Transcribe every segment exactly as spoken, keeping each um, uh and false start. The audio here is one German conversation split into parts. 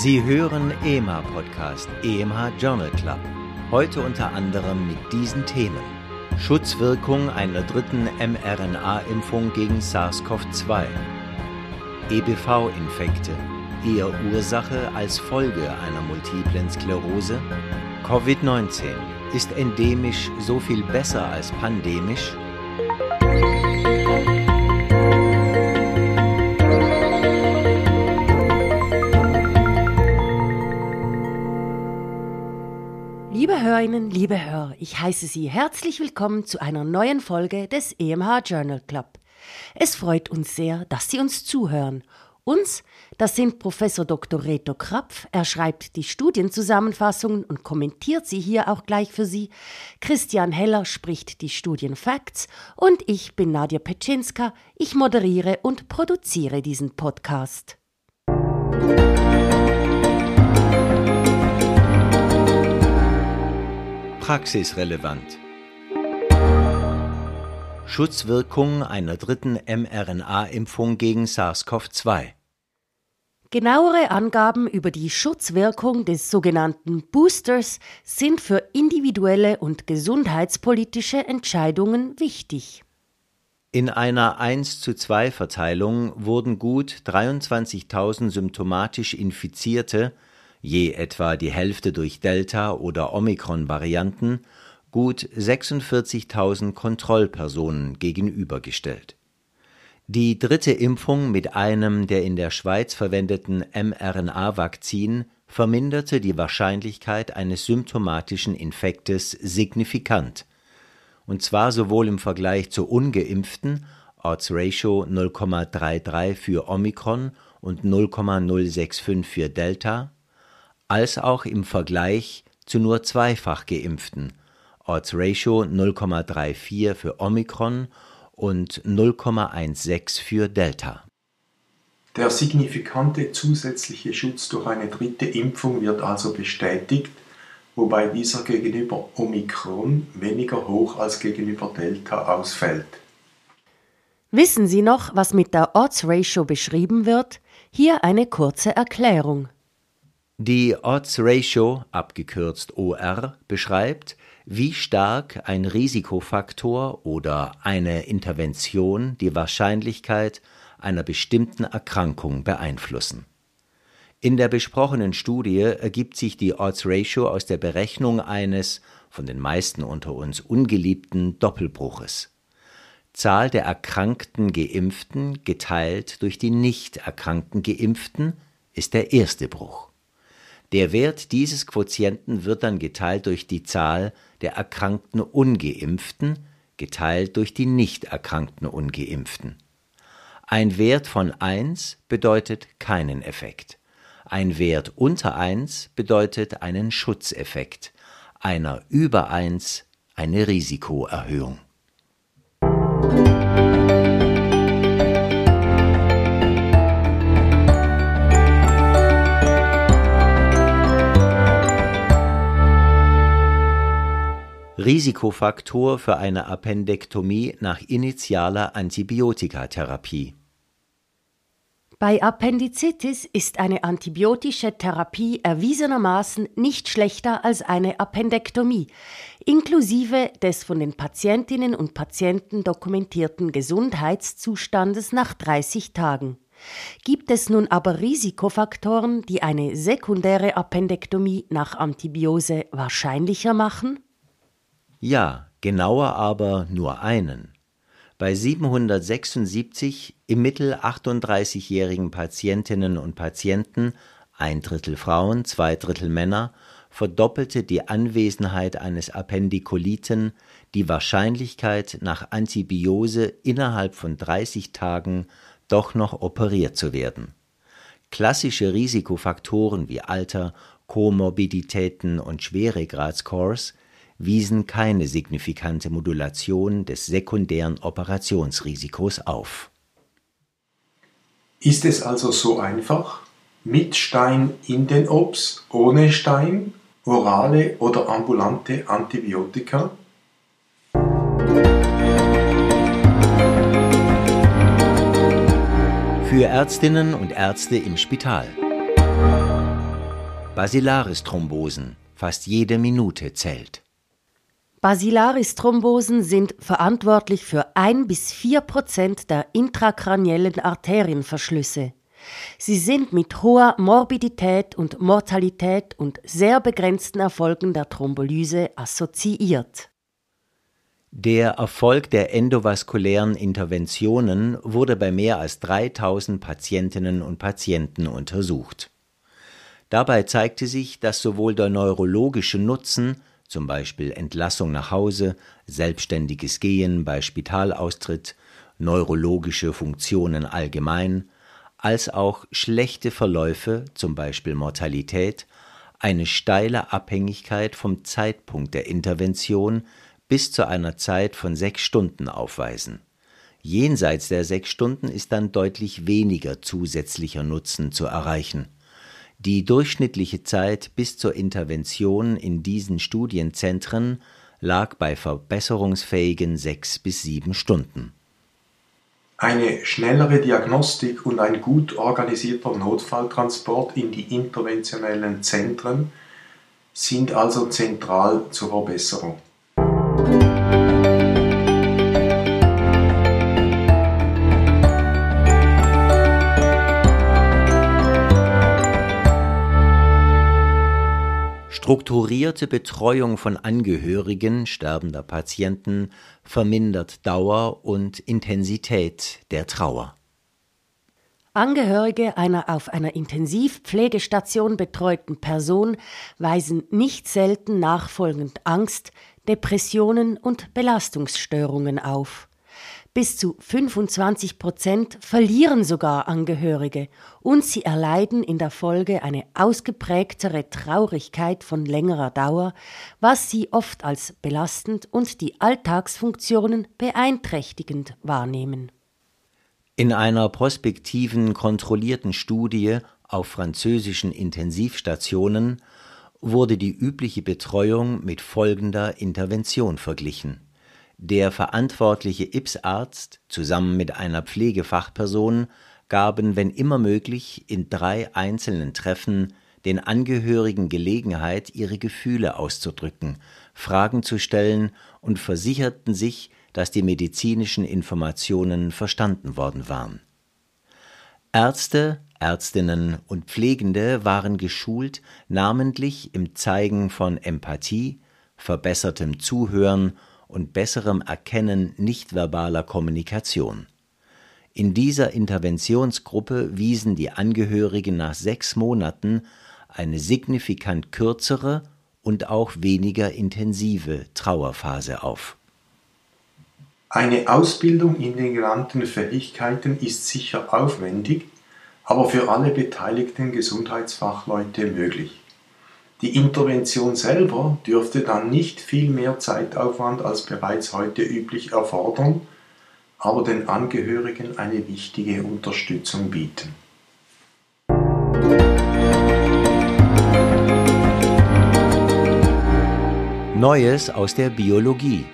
Sie hören E M H-Podcast, E M H Journal Club. Heute unter anderem mit diesen Themen: Schutzwirkung einer dritten mRNA-Impfung gegen SARS-C o V zwei, E B V-Infekte, eher Ursache als Folge einer multiplen Sklerose, Covid neunzehn, ist endemisch so viel besser als pandemisch? Liebe Hörerinnen, liebe Hörer, ich heiße Sie herzlich willkommen zu einer neuen Folge des E M H Journal Club. Es freut uns sehr, dass Sie uns zuhören. Uns, das sind Professor Doktor Reto Krapf, er schreibt die Studienzusammenfassungen und kommentiert sie hier auch gleich für Sie. Christian Heller spricht die Studienfacts und ich bin Nadja Petschinska, ich moderiere und produziere diesen Podcast. Praxisrelevant. Schutzwirkung einer dritten mRNA-Impfung gegen SARS-C o V zwei. Genauere Angaben über die Schutzwirkung des sogenannten Boosters sind für individuelle und gesundheitspolitische Entscheidungen wichtig. In einer eins zu zwei Verteilung wurden gut dreiundzwanzigtausend symptomatisch Infizierte, je etwa die Hälfte durch Delta- oder Omikron-Varianten, gut sechsundvierzigtausend Kontrollpersonen gegenübergestellt. Die dritte Impfung mit einem der in der Schweiz verwendeten mRNA-Vakzin verminderte die Wahrscheinlichkeit eines symptomatischen Infektes signifikant, und zwar sowohl im Vergleich zu ungeimpften, Odds Ratio null Komma dreiunddreißig für Omikron und null Komma null fünfundsechzig für Delta, als auch im Vergleich zu nur zweifach geimpften, Odds Ratio null Komma vierunddreißig für Omikron und null Komma sechzehn für Delta. Der signifikante zusätzliche Schutz durch eine dritte Impfung wird also bestätigt, wobei dieser gegenüber Omikron weniger hoch als gegenüber Delta ausfällt. Wissen Sie noch, was mit der Odds Ratio beschrieben wird? Hier eine kurze Erklärung. Die Odds Ratio, abgekürzt O R, beschreibt, wie stark ein Risikofaktor oder eine Intervention die Wahrscheinlichkeit einer bestimmten Erkrankung beeinflussen. In der besprochenen Studie ergibt sich die Odds Ratio aus der Berechnung eines, von den meisten unter uns ungeliebten, Doppelbruches. Zahl der erkrankten Geimpften geteilt durch die nicht erkrankten Geimpften ist der erste Bruch. Der Wert dieses Quotienten wird dann geteilt durch die Zahl der erkrankten Ungeimpften, geteilt durch die nicht erkrankten Ungeimpften. Ein Wert von eins bedeutet keinen Effekt. Ein Wert unter eins bedeutet einen Schutzeffekt, einer über eins eine Risikoerhöhung. Risikofaktor für eine Appendektomie nach initialer Antibiotikatherapie. Bei Appendizitis ist eine antibiotische Therapie erwiesenermaßen nicht schlechter als eine Appendektomie, inklusive des von den Patientinnen und Patienten dokumentierten Gesundheitszustandes nach dreißig Tagen. Gibt es nun aber Risikofaktoren, die eine sekundäre Appendektomie nach Antibiose wahrscheinlicher machen? Ja, genauer aber nur einen. Bei siebenhundertsechsundsiebzig im Mittel achtunddreißigjährigen Patientinnen und Patienten, ein Drittel Frauen, zwei Drittel Männer, verdoppelte die Anwesenheit eines Appendikoliten die Wahrscheinlichkeit, nach Antibiose innerhalb von dreißig Tagen doch noch operiert zu werden. Klassische Risikofaktoren wie Alter, Komorbiditäten und Schweregradscores wiesen keine signifikante Modulation des sekundären Operationsrisikos auf. Ist es also so einfach? Mit Stein in den O P S, ohne Stein, orale oder ambulante Antibiotika? Für Ärztinnen und Ärzte im Spital. Basilaris-Thrombosen, fast jede Minute zählt. Basilaris-Thrombosen sind verantwortlich für ein bis vier Prozent der intrakraniellen Arterienverschlüsse. Sie sind mit hoher Morbidität und Mortalität und sehr begrenzten Erfolgen der Thrombolyse assoziiert. Der Erfolg der endovaskulären Interventionen wurde bei mehr als dreitausend Patientinnen und Patienten untersucht. Dabei zeigte sich, dass sowohl der neurologische Nutzen, zum Beispiel Entlassung nach Hause, selbstständiges Gehen bei Spitalaustritt, neurologische Funktionen allgemein, als auch schlechte Verläufe, zum Beispiel Mortalität, eine steile Abhängigkeit vom Zeitpunkt der Intervention bis zu einer Zeit von sechs Stunden aufweisen. Jenseits der sechs Stunden ist dann deutlich weniger zusätzlicher Nutzen zu erreichen. Die durchschnittliche Zeit bis zur Intervention in diesen Studienzentren lag bei verbesserungsfähigen sechs bis sieben Stunden. Eine schnellere Diagnostik und ein gut organisierter Notfalltransport in die interventionellen Zentren sind also zentral zur Verbesserung. Strukturierte Betreuung von Angehörigen sterbender Patienten vermindert Dauer und Intensität der Trauer. Angehörige einer auf einer Intensivpflegestation betreuten Person weisen nicht selten nachfolgend Angst, Depressionen und Belastungsstörungen auf. Bis zu fünfundzwanzig Prozent verlieren sogar Angehörige und sie erleiden in der Folge eine ausgeprägtere Traurigkeit von längerer Dauer, was sie oft als belastend und die Alltagsfunktionen beeinträchtigend wahrnehmen. In einer prospektiven, kontrollierten Studie auf französischen Intensivstationen wurde die übliche Betreuung mit folgender Intervention verglichen. Der verantwortliche I P S-Arzt zusammen mit einer Pflegefachperson gaben, wenn immer möglich, in drei einzelnen Treffen den Angehörigen Gelegenheit, ihre Gefühle auszudrücken, Fragen zu stellen und versicherten sich, dass die medizinischen Informationen verstanden worden waren. Ärzte, Ärztinnen und Pflegende waren geschult, namentlich im Zeigen von Empathie, verbessertem Zuhören und besserem Erkennen nichtverbaler Kommunikation. In dieser Interventionsgruppe wiesen die Angehörigen nach sechs Monaten eine signifikant kürzere und auch weniger intensive Trauerphase auf. Eine Ausbildung in den genannten Fähigkeiten ist sicher aufwendig, aber für alle beteiligten Gesundheitsfachleute möglich. Die Intervention selber dürfte dann nicht viel mehr Zeitaufwand als bereits heute üblich erfordern, aber den Angehörigen eine wichtige Unterstützung bieten. Neues aus der Biologie.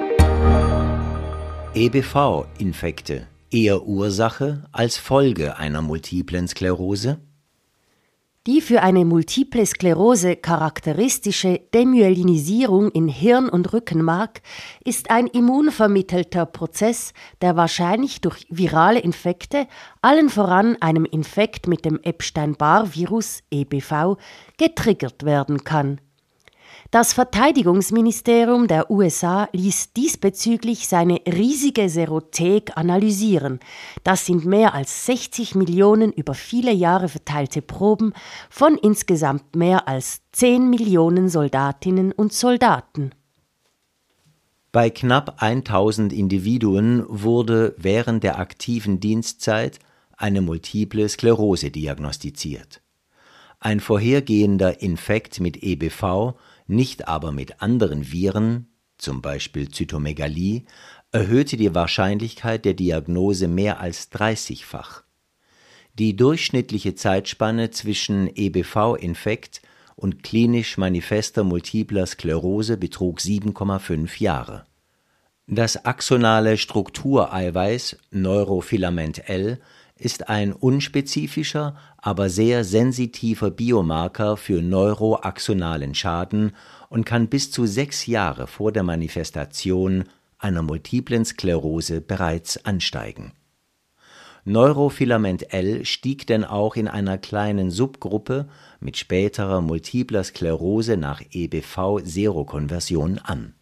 E B V-Infekte, eher Ursache als Folge einer multiplen Sklerose? Die für eine Multiple Sklerose charakteristische Demyelinisierung in Hirn und Rückenmark ist ein immunvermittelter Prozess, der wahrscheinlich durch virale Infekte, allen voran einem Infekt mit dem Epstein-Barr-Virus E B V, getriggert werden kann. Das Verteidigungsministerium der U S A ließ diesbezüglich seine riesige Serothek analysieren. Das sind mehr als sechzig Millionen über viele Jahre verteilte Proben von insgesamt mehr als zehn Millionen Soldatinnen und Soldaten. Bei knapp tausend Individuen wurde während der aktiven Dienstzeit eine Multiple Sklerose diagnostiziert. Ein vorhergehender Infekt mit E B V, nicht aber mit anderen Viren, zum Beispiel Zytomegalie, erhöhte die Wahrscheinlichkeit der Diagnose mehr als dreißigfach. Die durchschnittliche Zeitspanne zwischen E B V-Infekt und klinisch manifester multipler Sklerose betrug sieben Komma fünf Jahre. Das axonale Struktureiweiß Neurofilament L ist ein unspezifischer, aber sehr sensitiver Biomarker für neuroaxonalen Schaden und kann bis zu sechs Jahre vor der Manifestation einer multiplen Sklerose bereits ansteigen. Neurofilament L stieg denn auch in einer kleinen Subgruppe mit späterer multipler Sklerose nach E B V-Serokonversion an.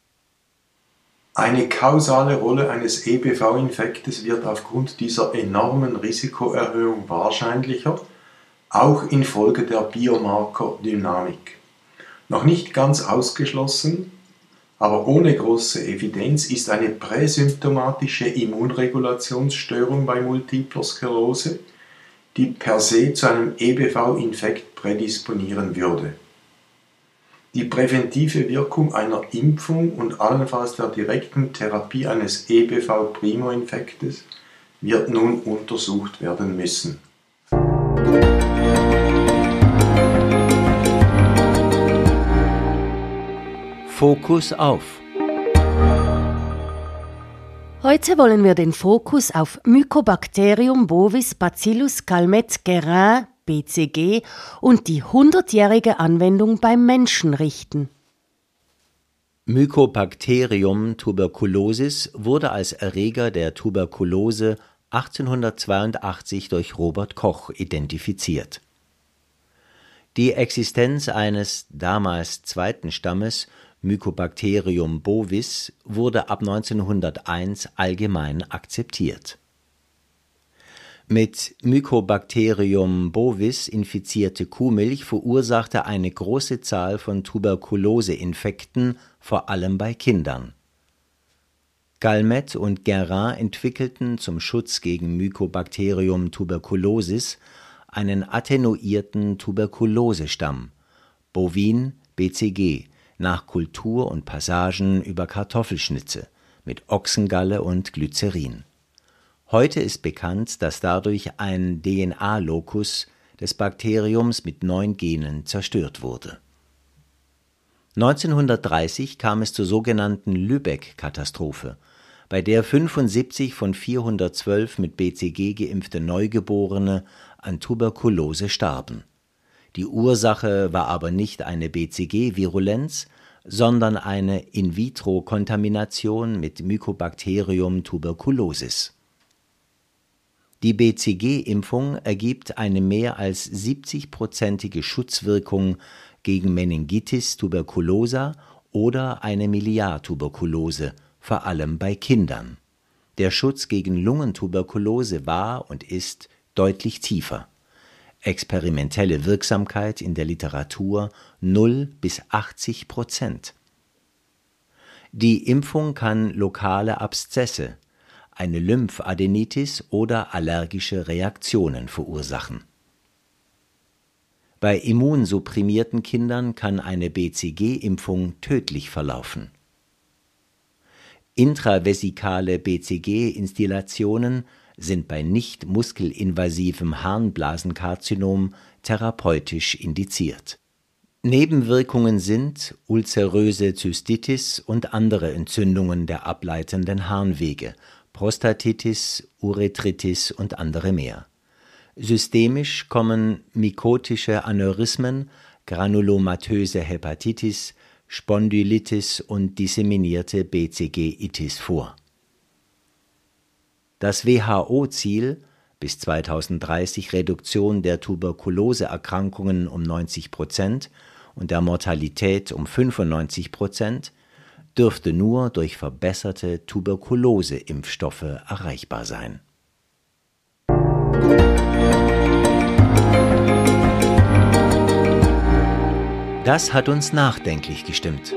Eine kausale Rolle eines E B V-Infektes wird aufgrund dieser enormen Risikoerhöhung wahrscheinlicher, auch infolge der Biomarkerdynamik. Noch nicht ganz ausgeschlossen, aber ohne große Evidenz ist eine präsymptomatische Immunregulationsstörung bei Multipler Sklerose, die per se zu einem E B V-Infekt prädisponieren würde. Die präventive Wirkung einer Impfung und allenfalls der direkten Therapie eines E B V-Primo-Infektes wird nun untersucht werden müssen. Fokus auf. Heute wollen wir den Fokus auf Mycobacterium bovis Bacillus calmette-guerin B C G und die hundertjährige Anwendung beim Menschen richten. Mycobacterium tuberculosis wurde als Erreger der Tuberkulose achtzehnhundertzweiundachtzig durch Robert Koch identifiziert. Die Existenz eines damals zweiten Stammes Mycobacterium bovis wurde ab neunzehnhunderteins allgemein akzeptiert. Mit Mycobacterium bovis infizierte Kuhmilch verursachte eine große Zahl von Tuberkuloseinfekten, vor allem bei Kindern. Calmette und Guerin entwickelten zum Schutz gegen Mycobacterium tuberculosis einen attenuierten Tuberkulosestamm, Bovin B C G, nach Kultur und Passagen über Kartoffelschnitze mit Ochsengalle und Glycerin. Heute ist bekannt, dass dadurch ein D N A-Locus des Bakteriums mit neun Genen zerstört wurde. neunzehnhundertdreißig kam es zur sogenannten Lübeck-Katastrophe, bei der fünfundsiebzig von vierhundertzwölf mit B C G geimpfte Neugeborene an Tuberkulose starben. Die Ursache war aber nicht eine B C G-Virulenz, sondern eine In-vitro-Kontamination mit Mycobacterium tuberculosis. Die B C G-Impfung ergibt eine mehr als siebzig-prozentige Schutzwirkung gegen Meningitis tuberculosa oder eine Miliartuberkulose, vor allem bei Kindern. Der Schutz gegen Lungentuberkulose war und ist deutlich tiefer. Experimentelle Wirksamkeit in der Literatur null bis achtzig Prozent. Die Impfung kann lokale Abszesse, eine Lymphadenitis oder allergische Reaktionen verursachen. Bei immunsupprimierten Kindern kann eine B C G-Impfung tödlich verlaufen. Intravesikale B C G-Instillationen sind bei nicht muskelinvasivem Harnblasenkarzinom therapeutisch indiziert. Nebenwirkungen sind ulceröse Zystitis und andere Entzündungen der ableitenden Harnwege, Prostatitis, Urethritis und andere mehr. Systemisch kommen mykotische Aneurysmen, granulomatöse Hepatitis, Spondylitis und disseminierte B C G-Itis vor. Das W H O-Ziel, bis zweitausenddreißig Reduktion der Tuberkuloseerkrankungen um neunzig Prozent und der Mortalität um fünfundneunzig Prozent, dürfte nur durch verbesserte Tuberkulose-Impfstoffe erreichbar sein. Das hat uns nachdenklich gestimmt.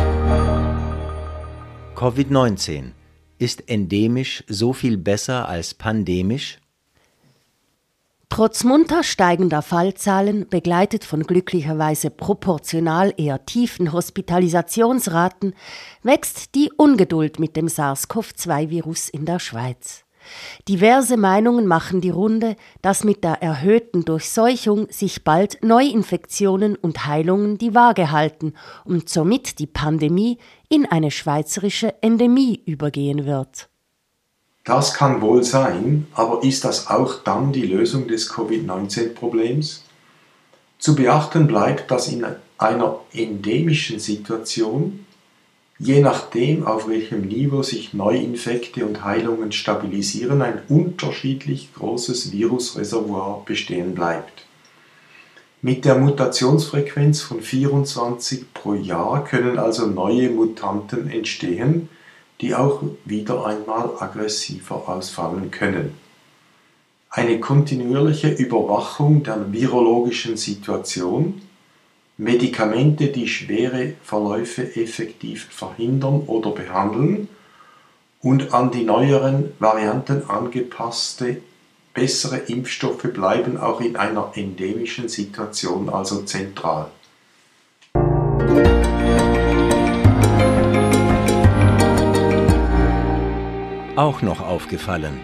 Covid neunzehn. Ist endemisch so viel besser als pandemisch? Trotz munter steigender Fallzahlen, begleitet von glücklicherweise proportional eher tiefen Hospitalisationsraten, wächst die Ungeduld mit dem SARS-C o V zwei Virus in der Schweiz. Diverse Meinungen machen die Runde, dass mit der erhöhten Durchseuchung sich bald Neuinfektionen und Heilungen die Waage halten und somit die Pandemie in eine schweizerische Endemie übergehen wird. Das kann wohl sein, aber ist das auch dann die Lösung des Covid neunzehn Problems? Zu beachten bleibt, dass in einer endemischen Situation, je nachdem auf welchem Niveau sich Neuinfekte und Heilungen stabilisieren, ein unterschiedlich großes Virusreservoir bestehen bleibt. Mit der Mutationsfrequenz von vierundzwanzig pro Jahr können also neue Mutanten entstehen, die auch wieder einmal aggressiver ausfallen können. Eine kontinuierliche Überwachung der virologischen Situation, Medikamente, die schwere Verläufe effektiv verhindern oder behandeln und an die neueren Varianten angepasste, bessere Impfstoffe bleiben auch in einer endemischen Situation also zentral. Auch noch aufgefallen.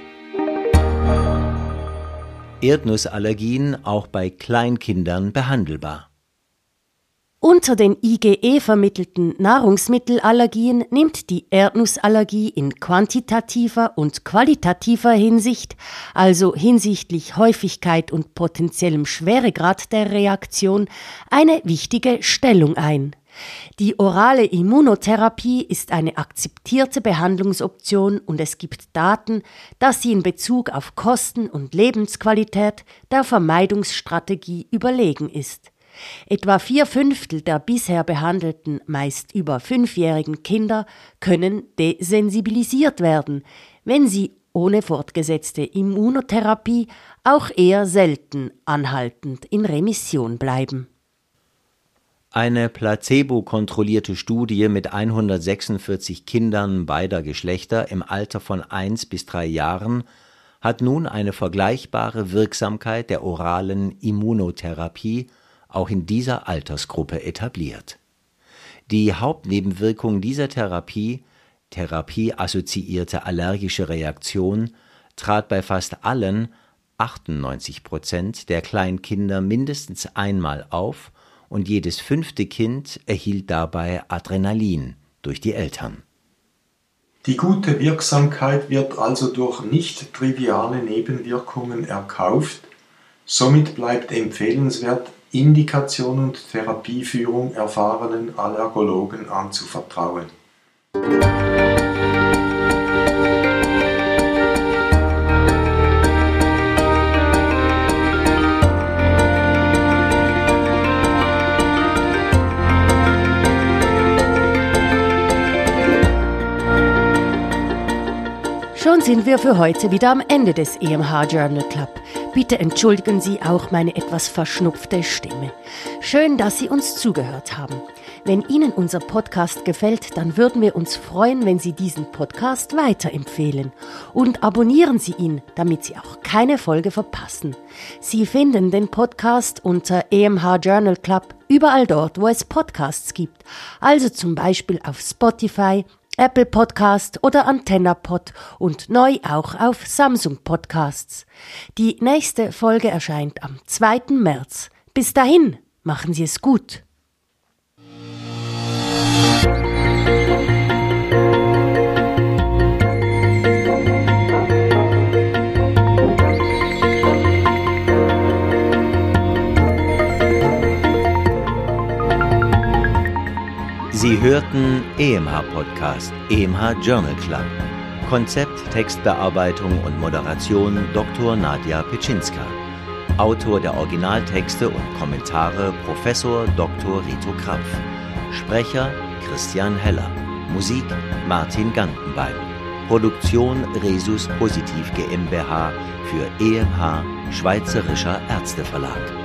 Erdnussallergien auch bei Kleinkindern behandelbar. Unter den I G E-vermittelten Nahrungsmittelallergien nimmt die Erdnussallergie in quantitativer und qualitativer Hinsicht, also hinsichtlich Häufigkeit und potenziellem Schweregrad der Reaktion, eine wichtige Stellung ein. Die orale Immunotherapie ist eine akzeptierte Behandlungsoption und es gibt Daten, dass sie in Bezug auf Kosten und Lebensqualität der Vermeidungsstrategie überlegen ist. Etwa vier Fünftel der bisher behandelten, meist über fünfjährigen Kinder können desensibilisiert werden, wenn sie ohne fortgesetzte Immunotherapie auch eher selten anhaltend in Remission bleiben. Eine placebo-kontrollierte Studie mit hundertsechsundvierzig Kindern beider Geschlechter im Alter von eins bis drei Jahren hat nun eine vergleichbare Wirksamkeit der oralen Immunotherapie auch in dieser Altersgruppe etabliert. Die Hauptnebenwirkung dieser Therapie, therapieassoziierte allergische Reaktion, trat bei fast allen, achtundneunzig Prozent der Kleinkinder mindestens einmal auf und jedes fünfte Kind erhielt dabei Adrenalin durch die Eltern. Die gute Wirksamkeit wird also durch nicht triviale Nebenwirkungen erkauft, somit bleibt empfehlenswert, Indikation und Therapieführung erfahrenen Allergologen anzuvertrauen. Schon sind wir für heute wieder am Ende des E M H Journal Club. Bitte entschuldigen Sie auch meine etwas verschnupfte Stimme. Schön, dass Sie uns zugehört haben. Wenn Ihnen unser Podcast gefällt, dann würden wir uns freuen, wenn Sie diesen Podcast weiterempfehlen. Und abonnieren Sie ihn, damit Sie auch keine Folge verpassen. Sie finden den Podcast unter E M H Journal Club überall dort, wo es Podcasts gibt. Also zum Beispiel auf Spotify, Apple Podcast oder AntennaPod und neu auch auf Samsung Podcasts. Die nächste Folge erscheint am zweiten März. Bis dahin, machen Sie es gut. Sie hörten E M H Podcast, E M H Journal Club. Konzept, Textbearbeitung und Moderation Doktor Nadja Petschinska. Autor der Originaltexte und Kommentare Professor Doktor Rito Krapf. Sprecher Christian Heller. Musik Martin Gantenbein. Produktion Resus Positiv GmbH für E M H Schweizerischer Ärzteverlag.